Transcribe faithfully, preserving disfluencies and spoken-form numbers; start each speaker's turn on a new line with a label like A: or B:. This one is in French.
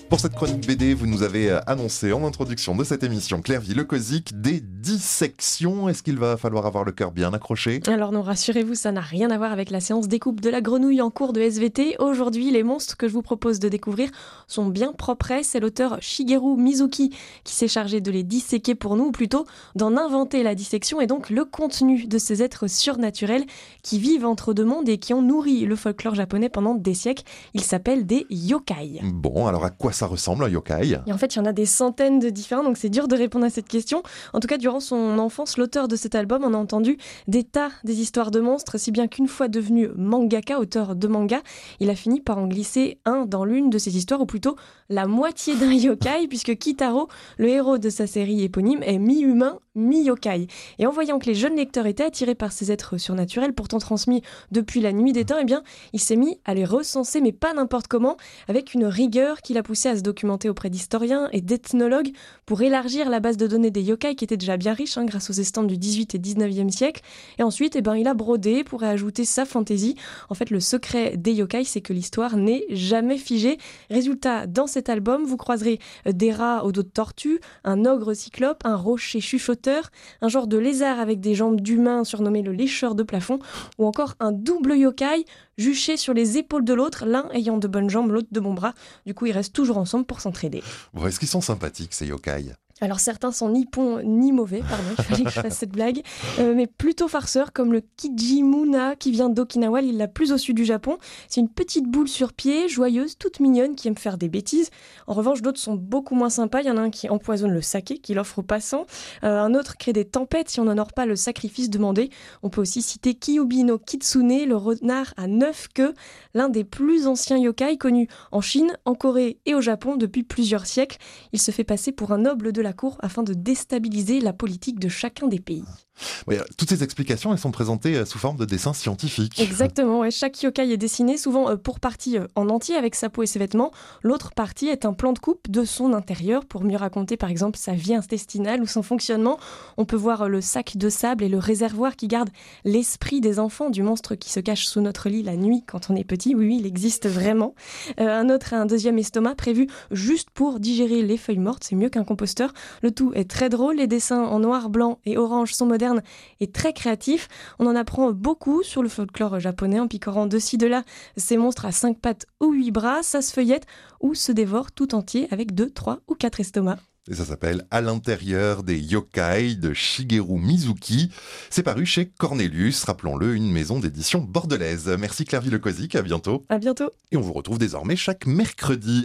A: Pour cette chronique B D, vous nous avez annoncé en introduction de cette émission, Claire Villecozic, des dissections. Est-ce qu'il va falloir avoir le cœur bien accroché ?
B: Alors non, rassurez-vous, ça n'a rien à voir avec la séance découpe de la grenouille en cours de S V T. Aujourd'hui, les monstres que je vous propose de découvrir sont bien propres. C'est l'auteur Shigeru Mizuki qui s'est chargé de les disséquer pour nous, ou plutôt d'en inventer la dissection et donc le contenu de ces êtres surnaturels qui vivent entre deux mondes et qui ont nourri le folklore japonais pendant des siècles. Ils s'appellent des yokai.
A: Bon, alors à quoi ça ressemble un yokai ?
B: Et en fait, il y en a des centaines de différents, donc c'est dur de répondre à cette question. En tout cas, durant son enfance, l'auteur de cet album en a entendu des tas des histoires de monstres, si bien qu'une fois devenu mangaka, auteur de manga, il a fini par en glisser un dans l'une de ses histoires, ou plutôt la moitié d'un yokai, puisque Kitaro, le héros de sa série éponyme, est mi-humain, mi-yokai. Et en voyant que les jeunes lecteurs étaient attirés par ces êtres surnaturels, pourtant transmis depuis la nuit des temps, eh bien, il s'est mis à les recenser, mais pas n'importe comment, avec une rigueur qui l'a poussé à se documenter auprès d'historiens et d'ethnologues pour élargir la base de données des yokai, qui était déjà bien riche hein, grâce aux estampes du dix-huitième et dix-neuvième siècle. Et ensuite, eh ben, il a brodé pour y ajouter sa fantaisie. En fait, le secret des yokai, c'est que l'histoire n'est jamais figée. Résultat, dans cet album, vous croiserez des rats au dos de tortue, un ogre cyclope, un rocher chuchoteur, un genre de lézard avec des jambes d'humain surnommé le lécheur de plafond, ou encore un double yokai juché sur les épaules de l'autre, l'un ayant de bonnes jambes, l'autre de bons bras. Du coup, ils restent toujours ensemble pour s'entraider.
A: Bon, est-ce qu'ils sont sympathiques, ces yokai ?
B: Alors certains sont ni bons ni mauvais, pardon, il fallait que je fasse cette blague, euh, mais plutôt farceurs comme le Kijimuna qui vient d'Okinawa, l'île la plus au sud du Japon. C'est une petite boule sur pied, joyeuse, toute mignonne, qui aime faire des bêtises. En revanche, d'autres sont beaucoup moins sympas. Il y en a un qui empoisonne le saké, qu'il offre aux passants. Euh, un autre crée des tempêtes si on n'honore pas le sacrifice demandé. On peut aussi citer Kyubi no Kitsune, le renard à neuf queues, l'un des plus anciens yokai connus en Chine, en Corée et au Japon depuis plusieurs siècles. Il se fait passer pour un noble de la cour afin de déstabiliser la politique de chacun des pays.
A: Oui, toutes ces explications, elles sont présentées sous forme de dessins scientifiques.
B: Exactement, ouais. Chaque yokai est dessiné souvent euh, pour partie euh, en entier avec sa peau et ses vêtements. L'autre partie est un plan de coupe de son intérieur pour mieux raconter par exemple sa vie intestinale ou son fonctionnement. On peut voir euh, le sac de sable et le réservoir qui gardent l'esprit des enfants, du monstre qui se cache sous notre lit la nuit quand on est petit. Oui, oui, il existe vraiment. Euh, un autre a un deuxième estomac prévu juste pour digérer les feuilles mortes, c'est mieux qu'un composteur. Le tout est très drôle, les dessins en noir, blanc et orange sont modernes et très créatif. On en apprend beaucoup sur le folklore japonais en picorant de ci de là ces monstres à cinq pattes ou huit bras. Ça se feuillette ou se dévore tout entier avec deux, trois ou quatre estomacs.
A: Et ça s'appelle « À l'intérieur des yokai » de Shigeru Mizuki. C'est paru chez Cornelius, rappelons-le, une maison d'édition bordelaise. Merci Claire Villecozic, à bientôt.
B: À bientôt.
A: Et on vous retrouve désormais chaque mercredi.